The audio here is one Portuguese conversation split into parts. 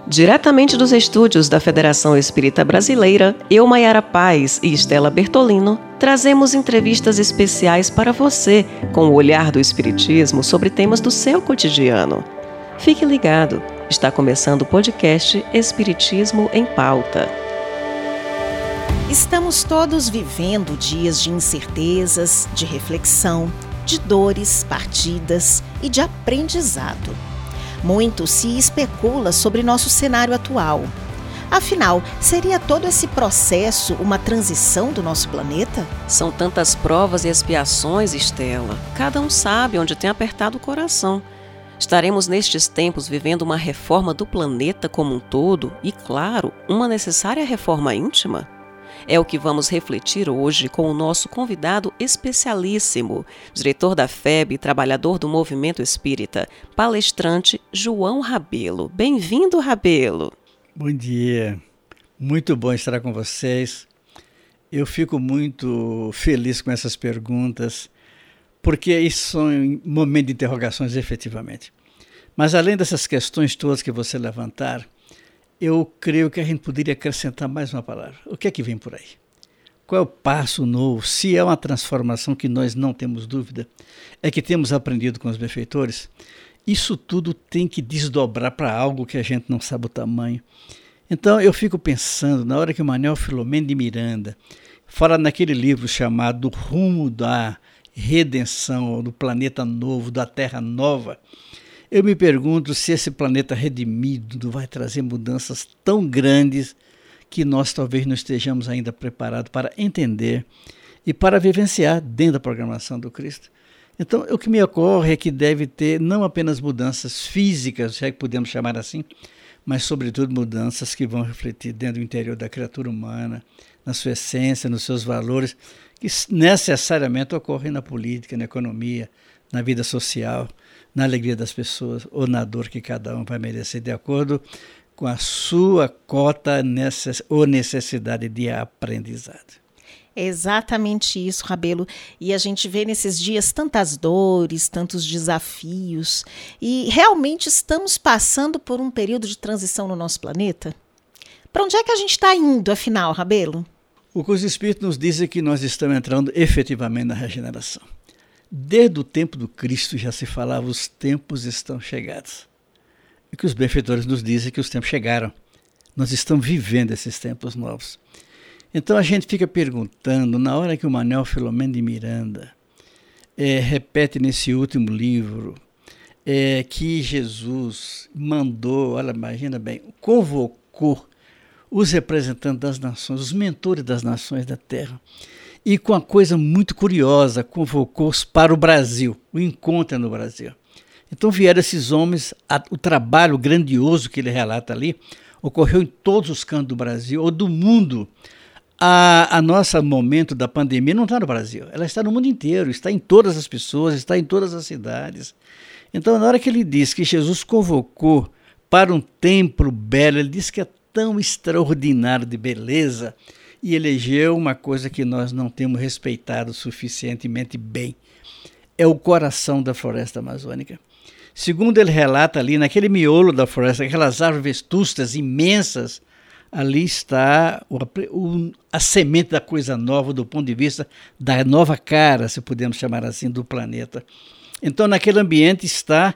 Diretamente dos estúdios da Federação Espírita Brasileira, eu, Maiara Paz e Estela Bertolino, trazemos entrevistas especiais para você com o olhar do Espiritismo sobre temas do seu cotidiano. Fique ligado, está começando o podcast Espiritismo em Pauta. Estamos todos vivendo dias de incertezas, de reflexão, de dores, partidas e de aprendizado. Muito se especula sobre nosso cenário atual. Afinal, seria todo esse processo uma transição do nosso planeta? São tantas provas e expiações, Estela. Cada um sabe onde tem apertado o coração. Estaremos nestes tempos vivendo uma reforma do planeta como um todo e, claro, uma necessária reforma íntima? É o que vamos refletir hoje com o nosso convidado especialíssimo, diretor da FEB, trabalhador do Movimento Espírita, palestrante João Rabelo. Bem-vindo, Rabelo. Bom dia, muito bom estar com vocês. Eu fico muito feliz com essas perguntas, porque isso são momentos de interrogações efetivamente. Mas além dessas questões todas que você levantar, eu creio que a gente poderia acrescentar mais uma palavra. O que é que vem por aí? Qual é o passo novo? Se é uma transformação que nós não temos dúvida, é que temos aprendido com os benfeitores, isso tudo tem que desdobrar para algo que a gente não sabe o tamanho. Então eu fico pensando, na hora que o Manuel Filomeno de Miranda fala naquele livro chamado Rumo da Redenção, do Planeta Novo, da Terra Nova, eu me pergunto se esse planeta redimido vai trazer mudanças tão grandes que nós talvez não estejamos ainda preparados para entender e para vivenciar dentro da programação do Cristo. Então, o que me ocorre é que deve ter não apenas mudanças físicas, se é que podemos chamar assim, mas sobretudo mudanças que vão refletir dentro do interior da criatura humana, na sua essência, nos seus valores, que necessariamente ocorrem na política, na economia, na vida social, na alegria das pessoas ou na dor que cada um vai merecer de acordo com a sua cota ou necessidade de aprendizado. É exatamente isso, Rabelo. E a gente vê nesses dias tantas dores, tantos desafios. E realmente estamos passando por um período de transição no nosso planeta? Para onde é que a gente está indo, afinal, Rabelo? O que os Espíritos nos dizem é que nós estamos entrando efetivamente na regeneração. Desde o tempo do Cristo já se falava, os tempos estão chegados. E que os benfeitores nos dizem que os tempos chegaram. Nós estamos vivendo esses tempos novos. Então a gente fica perguntando, na hora que o Manuel Filomeno de Miranda repete nesse último livro, que Jesus mandou, olha, imagina bem, convocou os representantes das nações, os mentores das nações da terra, e com uma coisa muito curiosa, convocou-os para o Brasil, o encontro no Brasil. Então vieram esses homens, o trabalho grandioso que ele relata ali, ocorreu em todos os cantos do Brasil, ou do mundo. A nosso momento da pandemia não está no Brasil, ela está no mundo inteiro, está em todas as pessoas, está em todas as cidades. Então na hora que ele diz que Jesus convocou para um templo belo, ele diz que é tão extraordinário de beleza, e elegeu uma coisa que nós não temos respeitado suficientemente bem. É o coração da floresta amazônica. Segundo ele relata ali, naquele miolo da floresta, aquelas árvores vetustas imensas, ali está a semente da coisa nova do ponto de vista da nova cara, se podemos chamar assim, do planeta. Então naquele ambiente está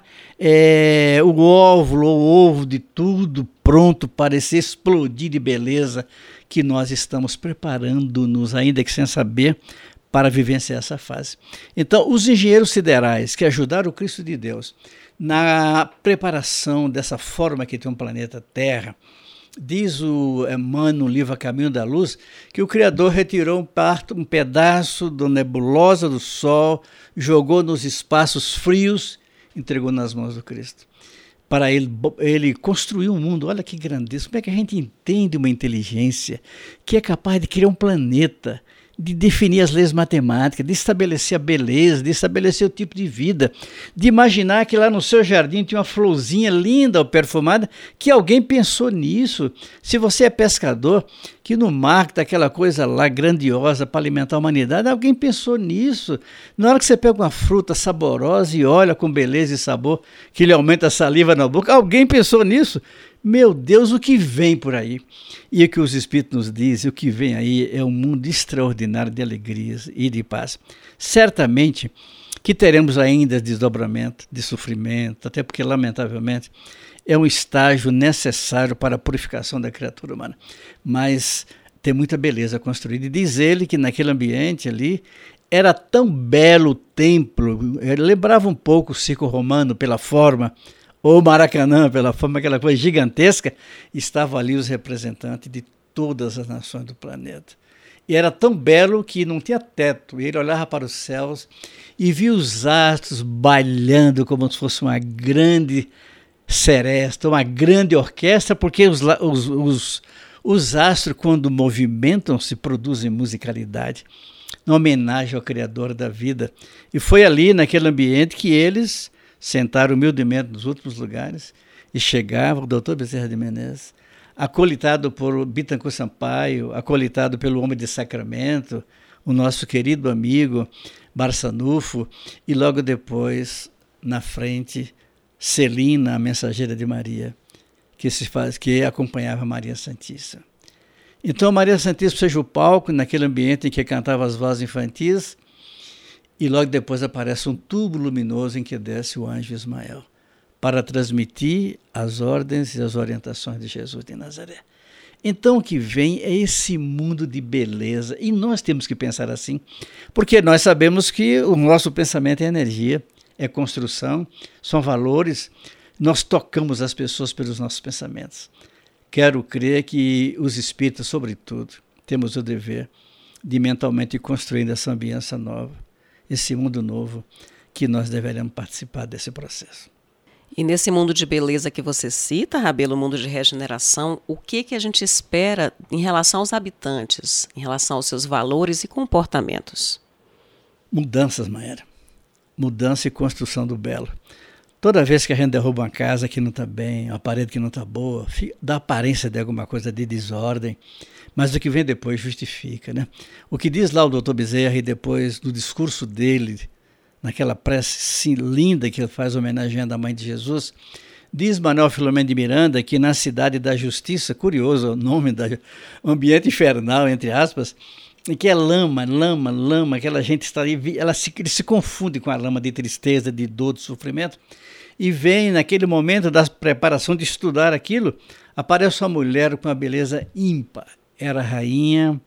o óvulo, o ovo de tudo pronto para se explodir de beleza, que nós estamos preparando-nos, ainda que sem saber, para vivenciar essa fase. Então, os engenheiros siderais que ajudaram o Cristo de Deus na preparação dessa forma que tem um planeta Terra, diz o Emmanuel no livro A Caminho da Luz, que o Criador retirou um pedaço da nebulosa do Sol, jogou nos espaços frios, entregou nas mãos do Cristo. Para ele construir um mundo. Olha que grandeza, como é que a gente entende uma inteligência que é capaz de criar um planeta, de definir as leis matemáticas, de estabelecer a beleza, de estabelecer o tipo de vida, de imaginar que lá no seu jardim tinha uma florzinha linda ou perfumada, que alguém pensou nisso. Se você é pescador, que no mar está aquela coisa lá grandiosa para alimentar a humanidade, alguém pensou nisso. Na hora que você pega uma fruta saborosa e olha com beleza e sabor, que lhe aumenta a saliva na boca, alguém pensou nisso. Meu Deus, o que vem por aí? E o que os Espíritos nos dizem, o que vem aí é um mundo extraordinário de alegrias e de paz. Certamente que teremos ainda desdobramento, de sofrimento, até porque, lamentavelmente, é um estágio necessário para a purificação da criatura humana. Mas tem muita beleza construída. E diz ele que naquele ambiente ali era tão belo o templo, lembrava um pouco o circo romano pela forma, ou Maracanã pela forma, aquela coisa gigantesca. Estavam ali os representantes de todas as nações do planeta. E era tão belo que não tinha teto. Ele olhava para os céus e via os astros bailando como se fosse uma grande seresta, uma grande orquestra, porque os astros, quando movimentam-se, produzem musicalidade, uma homenagem ao Criador da vida. E foi ali, naquele ambiente, que eles sentaram humildemente nos últimos lugares e chegava o doutor Bezerra de Menezes, acolitado por Bittencourt Sampaio, acolitado pelo homem de Sacramento, o nosso querido amigo Barçanufo, e logo depois, na frente, Celina, a mensageira de Maria, que acompanhava Maria Santíssima. Então Maria Santíssima seja o palco, naquele ambiente em que cantava as vozes infantis, e logo depois aparece um tubo luminoso em que desce o anjo Ismael, para transmitir as ordens e as orientações de Jesus de Nazaré. Então o que vem é esse mundo de beleza, e nós temos que pensar assim, porque nós sabemos que o nosso pensamento é energia, é construção, são valores, nós tocamos as pessoas pelos nossos pensamentos. Quero crer que os espíritas, sobretudo, temos o dever de mentalmente construir essa ambiência nova, esse mundo novo, que nós deveremos participar desse processo. E nesse mundo de beleza que você cita, Rabelo, o mundo de regeneração, o que a gente espera em relação aos habitantes, em relação aos seus valores e comportamentos? Mudanças, Maera. Mudança e construção do belo. Toda vez que a gente derruba uma casa que não está bem, uma parede que não está boa, dá aparência de alguma coisa de desordem, mas o que vem depois justifica, né? O que diz lá o doutor Bezerra, e depois do discurso dele, naquela prece linda que ele faz homenageando a mãe de Jesus, diz Manuel Filomeno de Miranda que na cidade da justiça, curioso o nome da ambiente infernal, entre aspas, e que é lama, aquela gente está ali, ele se confunde com a lama de tristeza, de dor, de sofrimento, e vem naquele momento da preparação de estudar aquilo, aparece uma mulher com uma beleza ímpar. Era a rainha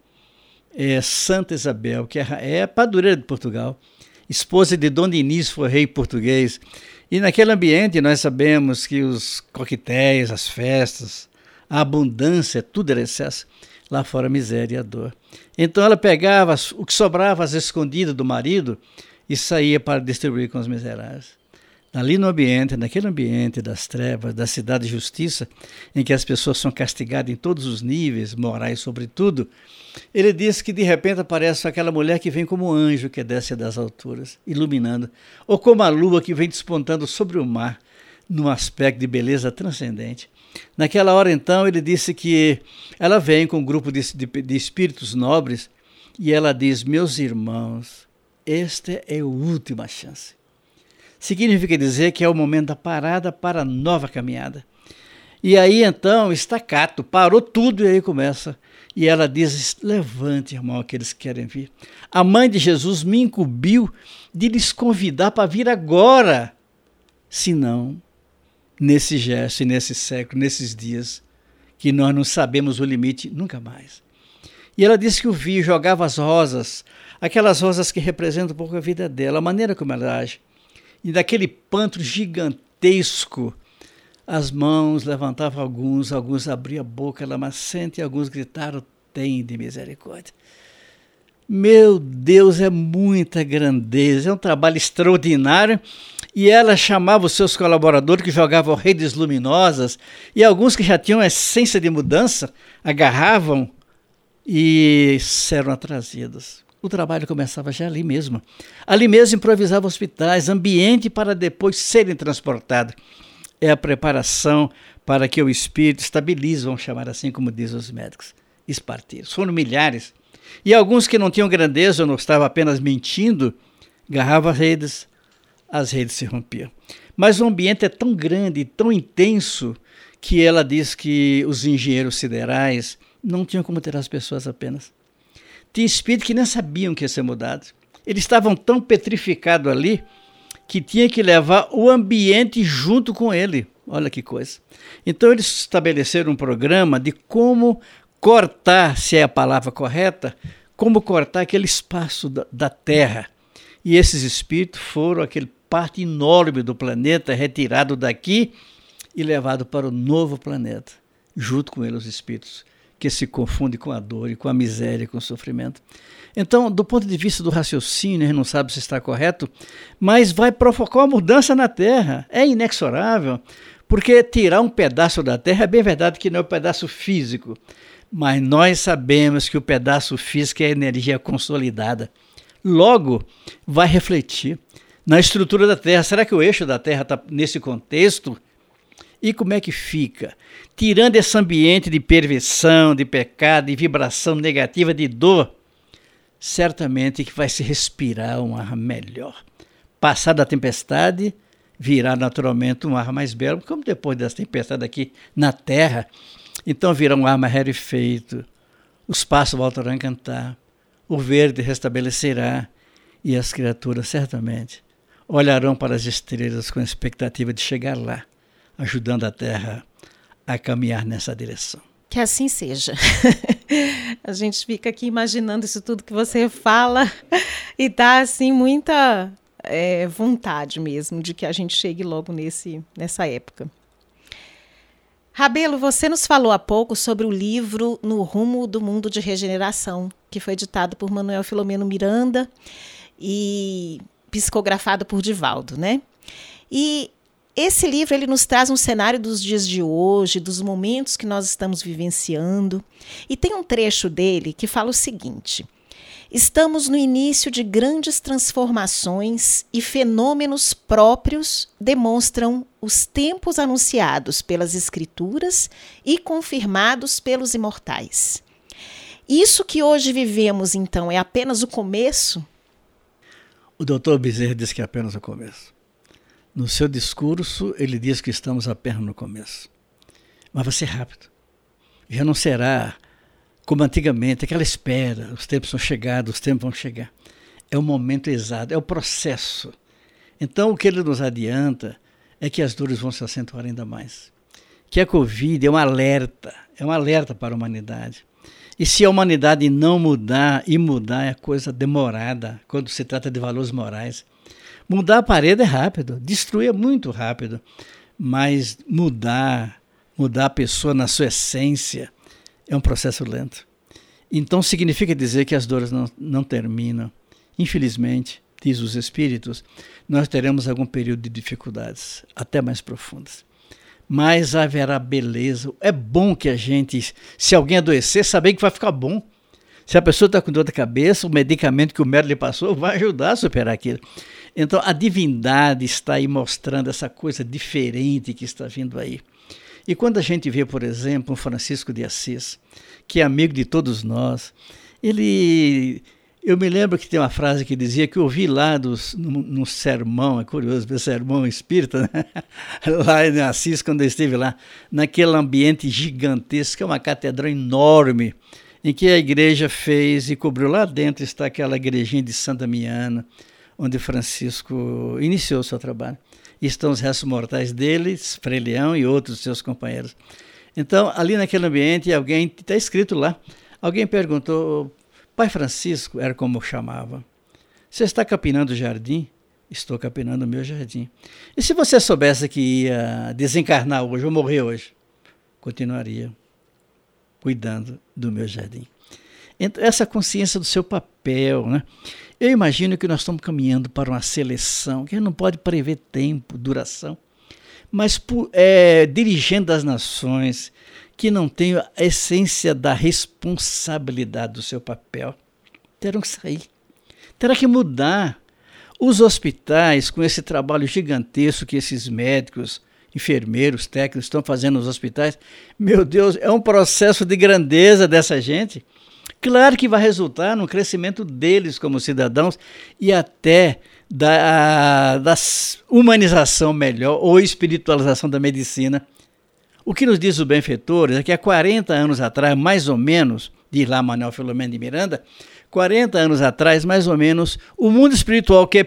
Santa Isabel, que é a padroeira de Portugal, esposa de Dom Dinis, foi rei português. E naquele ambiente nós sabemos que os coquetéis, as festas, a abundância, tudo era excesso. Lá fora a miséria e a dor. Então ela pegava o que sobrava às escondidas do marido e saía para distribuir com os miseráveis. Ali no ambiente, naquele ambiente das trevas, da cidade de justiça, em que as pessoas são castigadas em todos os níveis, morais sobretudo, ele diz que de repente aparece aquela mulher que vem como um anjo que desce das alturas, iluminando, ou como a lua que vem despontando sobre o mar, num aspecto de beleza transcendente. Naquela hora, então, ele disse que ela vem com um grupo de espíritos nobres e ela diz: meus irmãos, esta é a última chance. Significa dizer que é o momento da parada para a nova caminhada. E aí, então, estacato, parou tudo e aí começa. E ela diz: levante, irmão, aqueles que querem vir. A mãe de Jesus me incumbiu de lhes convidar para vir agora. Senão, nesse gesto e nesse século, nesses dias, que nós não sabemos o limite, nunca mais. E ela disse que o viu, jogava as rosas, aquelas rosas que representam um pouco a vida dela, a maneira como ela age. E daquele pantro gigantesco, as mãos levantavam alguns abriam a boca lamacenta e alguns gritaram: tem de misericórdia. Meu Deus, é muita grandeza, é um trabalho extraordinário. E ela chamava os seus colaboradores que jogavam redes luminosas e alguns que já tinham essência de mudança agarravam e eram trazidos. O trabalho começava já ali mesmo. Ali mesmo improvisava hospitais, ambiente para depois serem transportados. É a preparação para que o espírito estabilize, vamos chamar assim como dizem os médicos, esparteiros. Foram milhares. E alguns que não tinham grandeza, ou não estavam apenas mentindo, agarravam as redes se rompiam. Mas o ambiente é tão grande, tão intenso, que ela diz que os engenheiros siderais não tinham como ter as pessoas apenas. Tinha espíritos que nem sabiam que ia ser mudado. Eles estavam tão petrificados ali que tinha que levar o ambiente junto com ele. Olha que coisa. Então eles estabeleceram um programa de como cortar, se é a palavra correta, como cortar aquele espaço da Terra. E esses espíritos foram aquele parte enorme do planeta retirado daqui e levado para o novo planeta, junto com ele os espíritos, que se confundem com a dor e com a miséria e com o sofrimento. Então, do ponto de vista do raciocínio, a gente não sabe se está correto, mas vai provocar uma mudança na Terra. É inexorável, porque tirar um pedaço da Terra é bem verdade que não é um pedaço físico, mas nós sabemos que o pedaço físico é energia consolidada. Logo, vai refletir na estrutura da Terra. Será que o eixo da Terra está nesse contexto? E como é que fica? Tirando esse ambiente de perversão, de pecado, de vibração negativa, de dor, certamente que vai se respirar um ar melhor. Passada a tempestade, virá naturalmente um ar mais belo, como depois dessa tempestade aqui na Terra. Então virá um ar mais rarefeito, os pássaros voltarão a cantar, o verde restabelecerá e as criaturas certamente olharão para as estrelas com a expectativa de chegar lá, ajudando a Terra a caminhar nessa direção. Que assim seja. A gente fica aqui imaginando isso tudo que você fala e dá assim muita vontade mesmo de que a gente chegue logo nessa época. Rabelo, você nos falou há pouco sobre o livro No Rumo do Mundo de Regeneração, que foi editado por Manuel Filomeno Miranda e psicografado por Divaldo, né? E esse livro ele nos traz um cenário dos dias de hoje, dos momentos que nós estamos vivenciando. E tem um trecho dele que fala o seguinte: estamos no início de grandes transformações e fenômenos próprios demonstram os tempos anunciados pelas Escrituras e confirmados pelos imortais. Isso que hoje vivemos, então, é apenas o começo? O doutor Bezerra diz que é apenas o começo. No seu discurso, ele diz que estamos apenas no começo. Mas vai ser rápido. Já não será como antigamente, aquela espera, os tempos são chegados, os tempos vão chegar. É o momento exato, é o processo. Então, o que ele nos adianta é que as dores vão se acentuar ainda mais. Que a Covid é um alerta para a humanidade. E se a humanidade não mudar, e mudar é coisa demorada, quando se trata de valores morais. Mudar a parede é rápido, destruir é muito rápido, mas mudar a pessoa na sua essência é um processo lento. Então significa dizer que as dores não terminam. Infelizmente, diz os espíritos, nós teremos algum período de dificuldades, até mais profundas. Mas haverá beleza. É bom que a gente, se alguém adoecer, saber que vai ficar bom. Se a pessoa está com dor de cabeça, o medicamento que o médico lhe passou vai ajudar a superar aquilo. Então a divindade está aí mostrando essa coisa diferente que está vindo aí. E quando a gente vê, por exemplo, um Francisco de Assis, que é amigo de todos nós, eu me lembro que tem uma frase que dizia que eu ouvi lá no sermão, é curioso ver sermão espírita, né? Lá em Assis, quando eu estive lá, naquele ambiente gigantesco, é uma catedral enorme, em que a igreja fez e cobriu. Lá dentro está aquela igrejinha de Santa Damiana, onde Francisco iniciou o seu trabalho. E estão os restos mortais dele, Frei Leão e outros seus companheiros. Então, ali naquele ambiente, alguém, está escrito lá, alguém perguntou: Pai Francisco, era como eu chamava, você está capinando o jardim? Estou capinando o meu jardim. E se você soubesse que ia desencarnar hoje, ou morrer hoje? Continuaria cuidando do meu jardim. Então, essa consciência do seu papel, né? Eu imagino que nós estamos caminhando para uma seleção, que a gente não pode prever tempo, duração, mas dirigendo as nações que não têm a essência da responsabilidade do seu papel, terão que sair, terá que mudar. Os hospitais, com esse trabalho gigantesco que esses médicos, enfermeiros, técnicos estão fazendo nos hospitais, meu Deus, é um processo de grandeza dessa gente. Claro que vai resultar no crescimento deles como cidadãos e até da humanização melhor ou espiritualização da medicina. O que nos diz os benfeitores é que há 40 anos atrás, mais ou menos, diz lá Manuel Filomeno de Miranda, 40 anos atrás, mais ou menos, o mundo espiritual quer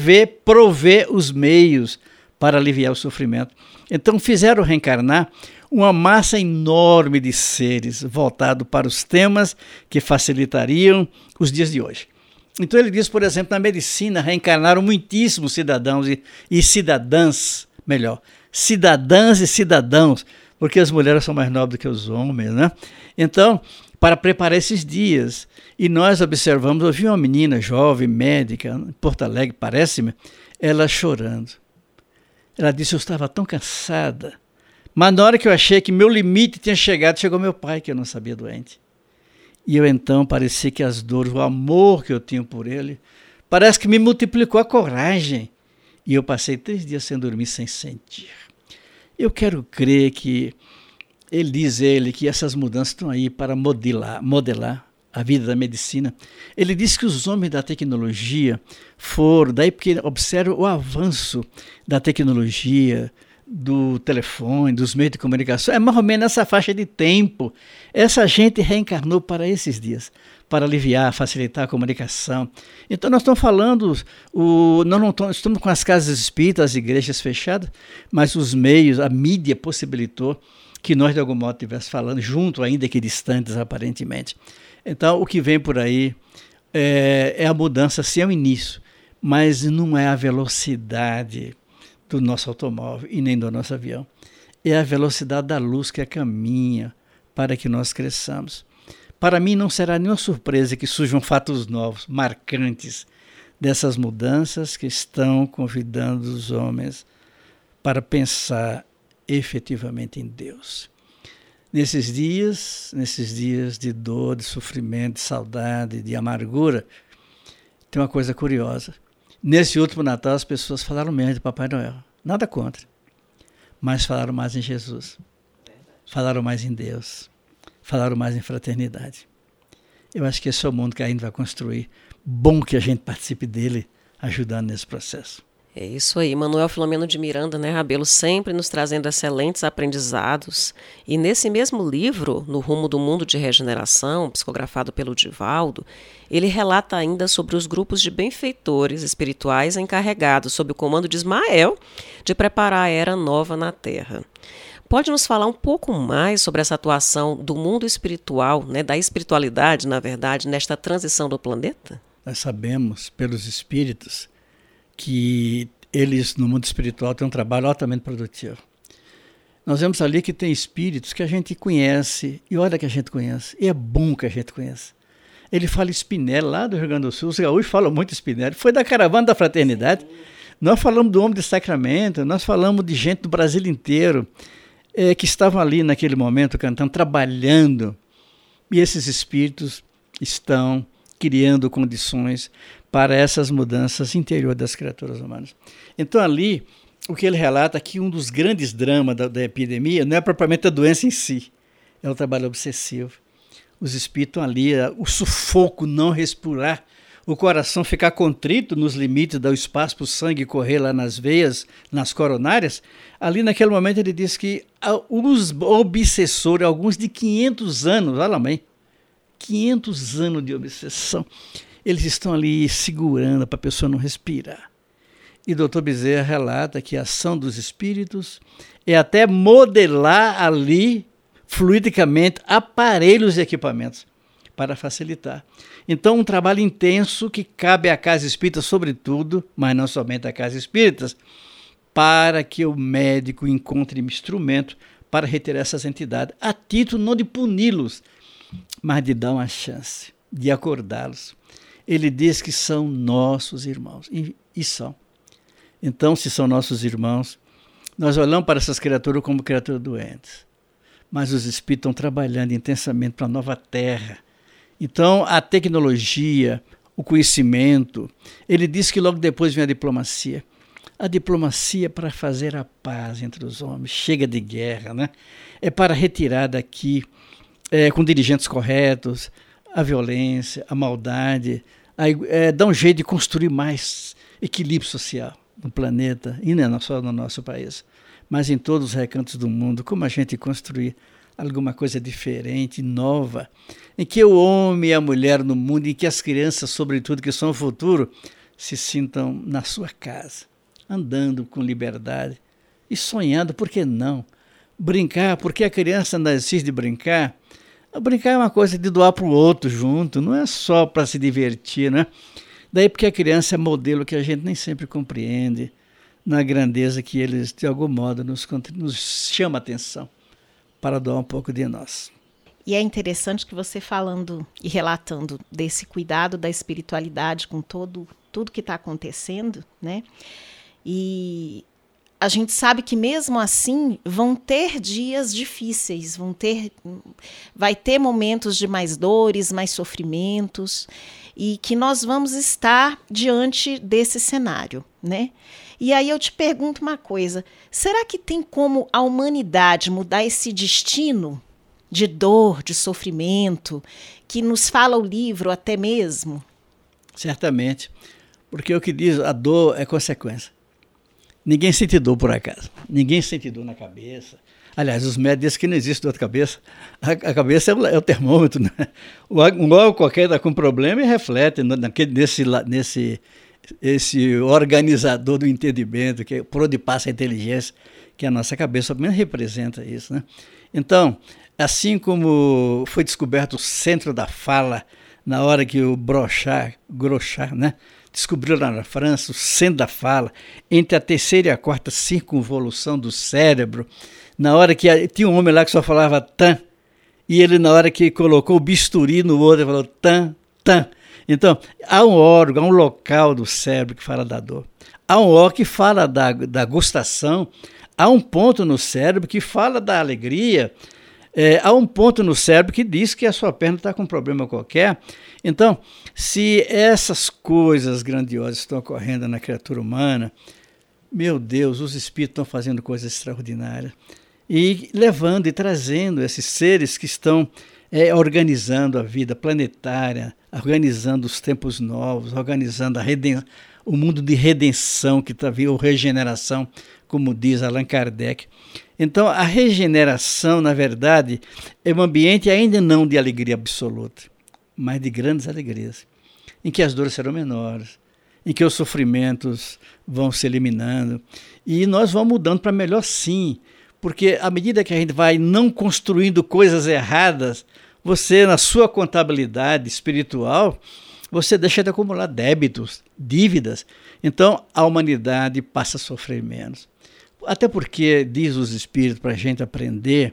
prover os meios para aliviar o sofrimento. Então fizeram reencarnar uma massa enorme de seres voltado para os temas que facilitariam os dias de hoje. Então ele diz, por exemplo, na medicina reencarnaram muitíssimos cidadãos e cidadãs, melhor, cidadãs e cidadãos, porque as mulheres são mais nobres do que os homens, né? Então, para preparar esses dias, e nós observamos, eu vi uma menina jovem, médica, em Porto Alegre, parece-me, ela chorando. Ela disse, eu estava tão cansada, mas na hora que eu achei que meu limite tinha chegado, chegou meu pai, que eu não sabia doente. E eu então, parecia que as dores, o amor que eu tinha por ele, parece que me multiplicou a coragem. E eu passei 3 dias sem dormir, sem sentir. Eu quero crer que diz que essas mudanças estão aí para modelar a vida da medicina. Ele diz que os homens da tecnologia foram, daí porque observa o avanço da tecnologia, do telefone, dos meios de comunicação, é mais ou menos nessa faixa de tempo. Essa gente reencarnou para esses dias, para aliviar, facilitar a comunicação. Então nós estamos falando, nós não estamos com as casas espíritas, as igrejas fechadas, mas os meios, a mídia possibilitou que nós de algum modo estivéssemos falando junto, ainda que distantes aparentemente. Então o que vem por aí é a mudança, sim, é o início, mas não é a velocidade do nosso automóvel e nem do nosso avião. É a velocidade da luz que caminha para que nós cresçamos. Para mim não será nenhuma surpresa que surjam fatos novos, marcantes, dessas mudanças que estão convidando os homens para pensar efetivamente em Deus. Nesses dias de dor, de sofrimento, de saudade, de amargura, tem uma coisa curiosa. Nesse último Natal, as pessoas falaram menos de Papai Noel. Nada contra. Mas falaram mais em Jesus. Falaram mais em Deus. Falaram mais em fraternidade. Eu acho que esse é o mundo que a gente vai construir. Bom que a gente participe dele, ajudando nesse processo. É isso aí, Manuel Filomeno de Miranda, né, Rabelo, sempre nos trazendo excelentes aprendizados. E nesse mesmo livro, No Rumo do Mundo de Regeneração, psicografado pelo Divaldo, ele relata ainda sobre os grupos de benfeitores espirituais encarregados, sob o comando de Ismael, de preparar a era nova na Terra. Pode nos falar um pouco mais sobre essa atuação do mundo espiritual, né, da espiritualidade, na verdade, nesta transição do planeta? Nós sabemos, pelos espíritos, que eles, no mundo espiritual, têm um trabalho altamente produtivo. Nós vemos ali que tem espíritos que a gente conhece, e olha que a gente conhece, e é bom que a gente conheça. Ele fala Spinelli, lá do Rio Grande do Sul, os gaúchos falam muito Spinelli, foi da Caravana da Fraternidade. Nós falamos do Homem de Sacramento, nós falamos de gente do Brasil inteiro, que estavam ali naquele momento cantando, trabalhando, e esses espíritos estão criando condições para essas mudanças interiores das criaturas humanas. Então ali, o que ele relata é que um dos grandes dramas da epidemia não é propriamente a doença em si, é o trabalho obsessivo. Os espíritos ali, o sufoco, não respirar, o coração ficar contrito nos limites do espaço para o sangue correr lá nas veias, nas coronárias. Ali naquele momento ele diz que os obsessores, alguns de 500 anos, olha lá, mãe, 500 anos de obsessão, eles estão ali segurando para a pessoa não respirar. E o Dr. Bezerra relata que a ação dos espíritos é até modelar ali, fluidicamente, aparelhos e equipamentos para facilitar. Então, um trabalho intenso que cabe à casa espírita, sobretudo, mas não somente à casa espírita, para que o médico encontre instrumento para retirar essas entidades, a título não de puni-los, mas de dar uma chance, de acordá-los. Ele diz que são nossos irmãos, e são. Então, se são nossos irmãos, nós olhamos para essas criaturas como criaturas doentes, mas os espíritos estão trabalhando intensamente para a nova terra. Então, a tecnologia, o conhecimento, ele diz que logo depois vem a diplomacia. A diplomacia para fazer a paz entre os homens, chega de guerra, né? É para retirar daqui, com dirigentes corretos, a violência, a maldade, dar um jeito de construir mais equilíbrio social no planeta e não só no nosso país, mas em todos os recantos do mundo, como a gente construir alguma coisa diferente, nova, em que o homem e a mulher no mundo, em que as crianças, sobretudo, que são o futuro, se sintam na sua casa, andando com liberdade e sonhando, por que não? Brincar, porque a criança não existe de brincar. Brincar é uma coisa de doar para o outro junto, não é só para se divertir, né? Daí porque a criança é modelo que a gente nem sempre compreende, na grandeza que eles, de algum modo, nos chama a atenção para doar um pouco de nós. E é interessante que você falando e relatando desse cuidado da espiritualidade com tudo que está acontecendo, né? E a gente sabe que mesmo assim vão ter dias difíceis, vai ter momentos de mais dores, mais sofrimentos, e que nós vamos estar diante desse cenário, né? E aí eu te pergunto uma coisa, será que tem como a humanidade mudar esse destino de dor, de sofrimento, que nos fala o livro até mesmo? Certamente, porque o que diz, a dor é consequência. Ninguém sente dor por acaso, ninguém sente dor na cabeça. Aliás, os médicos dizem que não existe dor de cabeça. A cabeça é o termômetro, né? Um órgão qualquer está com problema e reflete nesse esse organizador do entendimento, que é por onde passa a inteligência, que é a nossa cabeça, pelo menos representa isso, né? Então, assim como foi descoberto o centro da fala, na hora que o Groschard, né, descobriu lá na França o centro da fala, entre a terceira e a quarta circunvolução do cérebro, na hora que tinha um homem lá que só falava tan, e ele na hora que colocou o bisturi no outro, ele falou tan, tan. Então, há um órgão, há um local do cérebro que fala da dor. Há um órgão que fala da gustação, há um ponto no cérebro que fala da alegria, há um ponto no cérebro que diz que a sua perna está com um problema qualquer. Então, se essas coisas grandiosas estão ocorrendo na criatura humana, meu Deus, os espíritos estão fazendo coisas extraordinárias e levando e trazendo esses seres que estão organizando a vida planetária, organizando os tempos novos, organizando o mundo de redenção que está vindo, ou regeneração, como diz Allan Kardec. Então, a regeneração, na verdade, é um ambiente ainda não de alegria absoluta, mas de grandes alegrias, em que as dores serão menores, em que os sofrimentos vão se eliminando, e nós vamos mudando para melhor sim, porque à medida que a gente vai não construindo coisas erradas, você, na sua contabilidade espiritual, você deixa de acumular débitos, dívidas. Então, a humanidade passa a sofrer menos. Até porque, diz os espíritos, para a gente aprender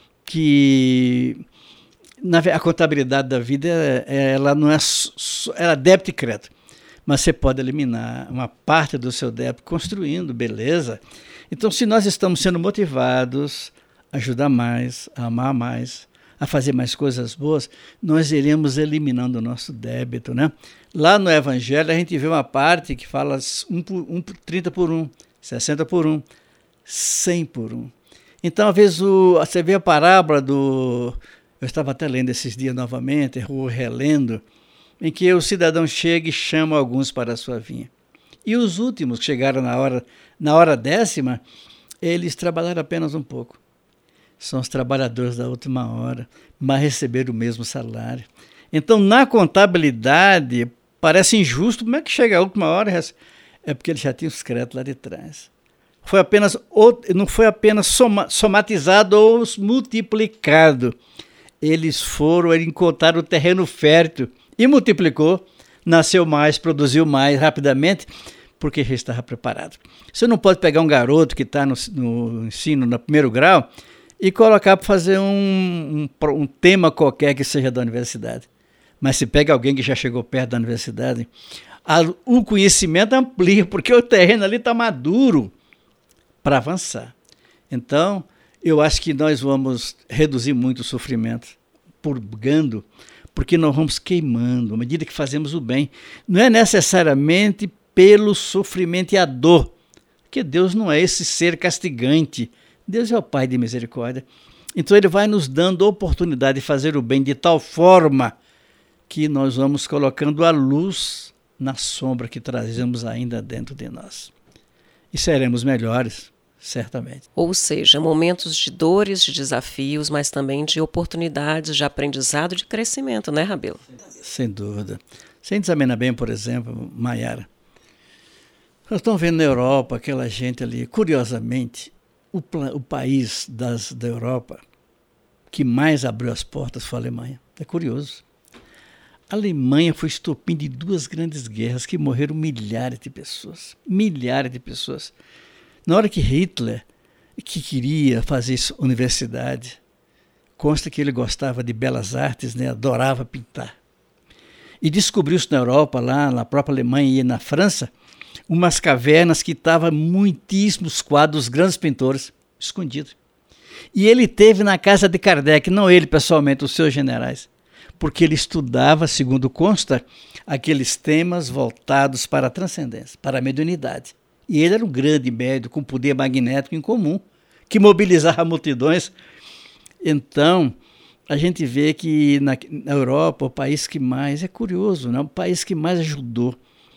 que a contabilidade da vida ela não ela é débito e crédito. Mas você pode eliminar uma parte do seu débito construindo, beleza? Então, se nós estamos sendo motivados a ajudar mais, a amar mais, a fazer mais coisas boas, nós iremos eliminando o nosso débito, né? Lá no Evangelho a gente vê uma parte que fala 30 por 1, 60 por 1, 100 por 1. Então, às vezes, você vê a parábola do... Eu estava até lendo esses dias novamente, relendo, em que o cidadão chega e chama alguns para a sua vinha. E os últimos que chegaram na hora 10ª, eles trabalharam apenas um pouco. São os trabalhadores da última hora, mas receberam o mesmo salário. Então, na contabilidade, parece injusto. Como é que chega a última hora? É porque ele já tinha os créditos lá de trás. Não foi apenas somatizado ou multiplicado. Ele encontraram o terreno fértil e multiplicou, nasceu mais, produziu mais rapidamente, porque já estava preparado. Você não pode pegar um garoto que está no ensino, no primeiro grau, e colocar para fazer um tema qualquer que seja da universidade. Mas se pega alguém que já chegou perto da universidade, o conhecimento amplia, porque o terreno ali está maduro para avançar. Então, eu acho que nós vamos reduzir muito o sofrimento purgando, porque nós vamos queimando, à medida que fazemos o bem. Não é necessariamente pelo sofrimento e a dor, porque Deus não é esse ser castigante. Deus é o Pai de misericórdia. Então ele vai nos dando a oportunidade de fazer o bem de tal forma que nós vamos colocando a luz na sombra que trazemos ainda dentro de nós. E seremos melhores, certamente. Ou seja, momentos de dores, de desafios, mas também de oportunidades de aprendizado e de crescimento, né, Rabelo? Sem dúvida. Se a gente examina bem, por exemplo, Maiara, nós estamos vendo na Europa aquela gente ali, curiosamente, o país da Europa que mais abriu as portas foi a Alemanha. É curioso. A Alemanha foi estopim de 2 grandes guerras que morreram milhares de pessoas. Milhares de pessoas. Na hora que Hitler, que queria fazer universidade, consta que ele gostava de belas artes, né? Adorava pintar. E descobriu-se na Europa, lá na própria Alemanha e na França, umas cavernas que estavam muitíssimos quadros dos grandes pintores escondidos. E ele teve na casa de Kardec, não ele pessoalmente, os seus generais, porque ele estudava, segundo consta, aqueles temas voltados para a transcendência, para a mediunidade. E ele era um grande médium com poder magnético incomum, que mobilizava multidões. Então, a gente vê que na Europa, o país que mais, é curioso, né? O país que mais ajudou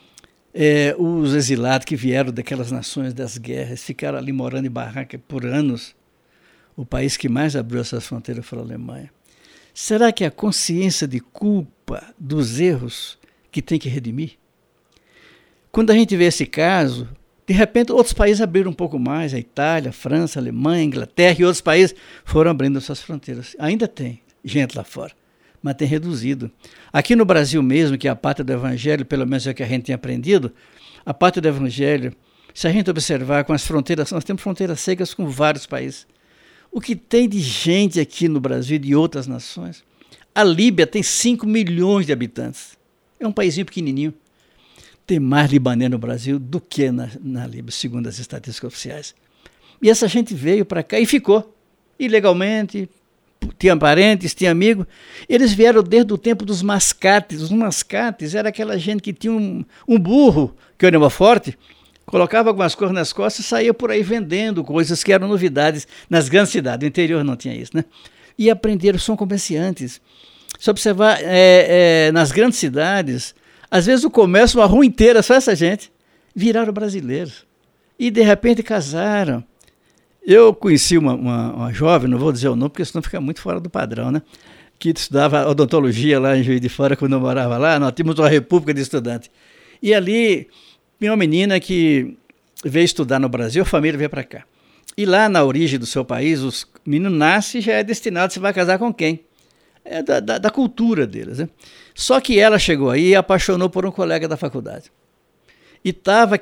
os exilados que vieram daquelas nações das guerras, ficaram ali morando em barraca por anos. O país que mais abriu essas fronteiras foi a Alemanha. Será que é a consciência de culpa dos erros que tem que redimir? Quando a gente vê esse caso, de repente outros países abriram um pouco mais, a Itália, a França, a Alemanha, a Inglaterra e outros países foram abrindo suas fronteiras. Ainda tem gente lá fora, mas tem reduzido. Aqui no Brasil mesmo, que é a pátria do Evangelho, pelo menos é o que a gente tem aprendido, a pátria do Evangelho, se a gente observar com as fronteiras, nós temos fronteiras secas com vários países. O que tem de gente aqui no Brasil e de outras nações? A Líbia tem 5 milhões de habitantes. É um paísinho pequenininho. Tem mais libanês no Brasil do que na Líbia, segundo as estatísticas oficiais. E essa gente veio para cá e ficou. Ilegalmente, tinha parentes, tinha amigos. Eles vieram desde o tempo dos mascates. Os mascates era aquela gente que tinha um burro, que era forte, colocava algumas coisas nas costas e saía por aí vendendo coisas que eram novidades nas grandes cidades. No interior não tinha isso, né? E aprenderam, são comerciantes. Se observar, nas grandes cidades, às vezes o comércio, uma rua inteira, só essa gente, viraram brasileiros. E de repente casaram. Eu conheci uma jovem, não vou dizer o nome, porque senão fica muito fora do padrão, né? Que estudava odontologia lá em Juiz de Fora, quando eu morava lá. Nós tínhamos uma república de estudantes. E ali tinha uma menina que veio estudar no Brasil, a família veio para cá. E lá na origem do seu país, os meninos nascem e já é destinado, você vai casar com quem? É da cultura deles, né? Só que ela chegou aí e apaixonou por um colega da faculdade. E estava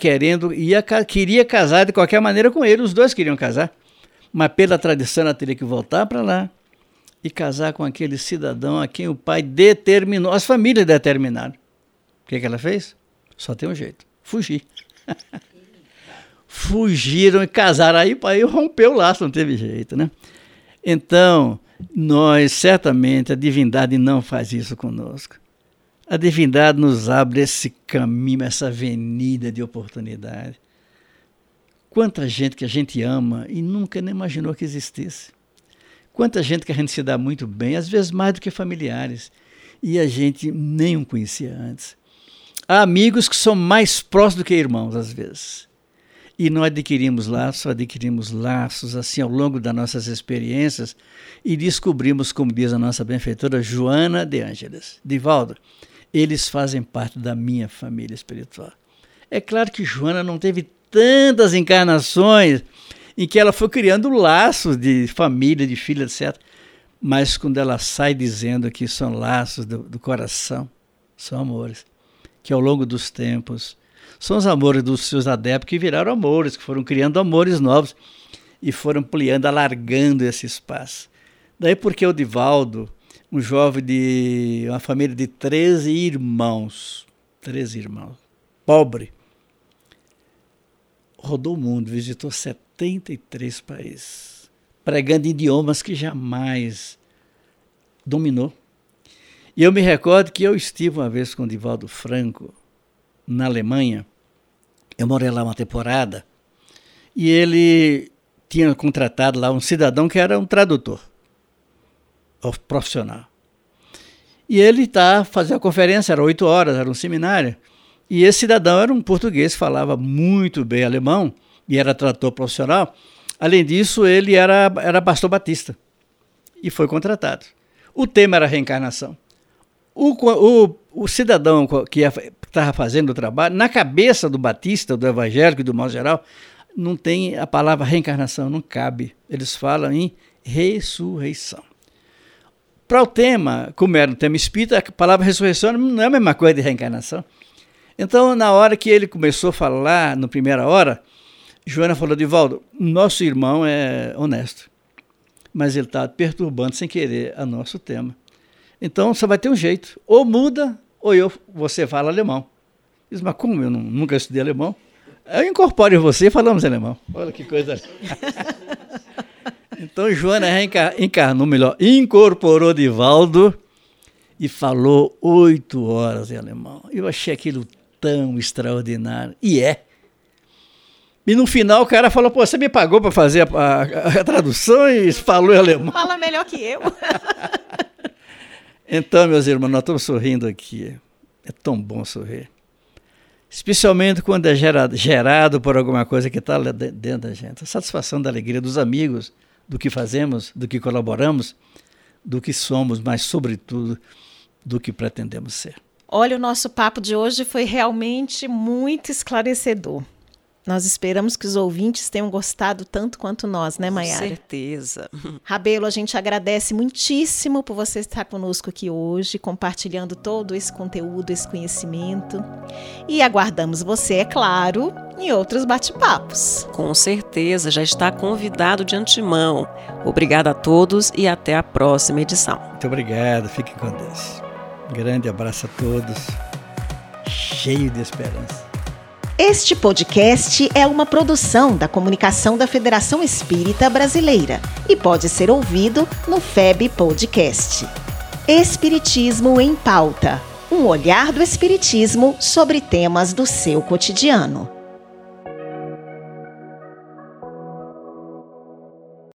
queria casar de qualquer maneira com ele, os dois queriam casar. Mas pela tradição ela teria que voltar para lá e casar com aquele cidadão a quem o pai determinou, as famílias determinaram. O que ela fez? Só tem um jeito. Fugir. Fugiram e casaram. Aí o pai rompeu o laço, não teve jeito, né? Então, nós, certamente, a divindade não faz isso conosco. A divindade nos abre esse caminho, essa avenida de oportunidade. Quanta gente que a gente ama e nunca nem imaginou que existisse. Quanta gente que a gente se dá muito bem, às vezes mais do que familiares, e a gente nem o conhecia antes. Há amigos que são mais próximos do que irmãos, às vezes. E nós adquirimos laços assim ao longo das nossas experiências e descobrimos, como diz a nossa benfeitora Joana de Ângeles, Divaldo, eles fazem parte da minha família espiritual. É claro que Joana não teve tantas encarnações em que ela foi criando laços de família, de filha, etc. Mas quando ela sai dizendo que são laços do coração, são amores, que ao longo dos tempos são os amores dos seus adeptos que viraram amores, que foram criando amores novos e foram ampliando, alargando esse espaço. Daí porque o Divaldo, um jovem de uma família de 13 irmãos, pobre, rodou o mundo, visitou 73 países, pregando idiomas que jamais dominou. E eu me recordo que eu estive uma vez com o Divaldo Franco, na Alemanha. Eu morei lá uma temporada, e ele tinha contratado lá um cidadão que era um tradutor profissional. E ele fazia a conferência, era 8 horas, era um seminário, e esse cidadão era um português que falava muito bem alemão, e era tradutor profissional, Além disso, ele era pastor batista e foi contratado. O tema era reencarnação. O cidadão que estava fazendo o trabalho, na cabeça do batista, do evangélico e do modo geral, não tem a palavra reencarnação, não cabe. Eles falam em ressurreição. Para o tema, como era um tema espírita, a palavra ressurreição não é a mesma coisa de reencarnação. Então, na hora que ele começou a falar, na primeira hora, Joana falou: Divaldo, nosso irmão é honesto, mas ele está perturbando sem querer o nosso tema. Então, só vai ter um jeito, ou muda, ou você fala alemão. Diz, mas como eu nunca estudei alemão? Eu incorporo em você e falamos alemão. Olha que coisa. Então, Joana incorporou Divaldo e falou 8 horas em alemão. Eu achei aquilo tão extraordinário. E é. E no final o cara falou: pô, você me pagou para fazer a tradução e falou em alemão. Fala melhor que eu. Então, meus irmãos, nós estamos sorrindo aqui. É tão bom sorrir. Especialmente quando é gerado por alguma coisa que está dentro da gente. A satisfação da alegria dos amigos, do que fazemos, do que colaboramos, do que somos, mas, sobretudo, do que pretendemos ser. Olha, o nosso papo de hoje foi realmente muito esclarecedor. Nós esperamos que os ouvintes tenham gostado tanto quanto nós, né, Maiara? Com certeza. Rabelo, a gente agradece muitíssimo por você estar conosco aqui hoje, compartilhando todo esse conteúdo, esse conhecimento. E aguardamos você, é claro, em outros bate-papos. Com certeza, já está convidado de antemão. Obrigada a todos e até a próxima edição. Muito obrigado, fiquem com Deus. Um grande abraço a todos, cheio de esperança. Este podcast é uma produção da Comunicação da Federação Espírita Brasileira e pode ser ouvido no FEB Podcast. Espiritismo em Pauta. Um olhar do Espiritismo sobre temas do seu cotidiano.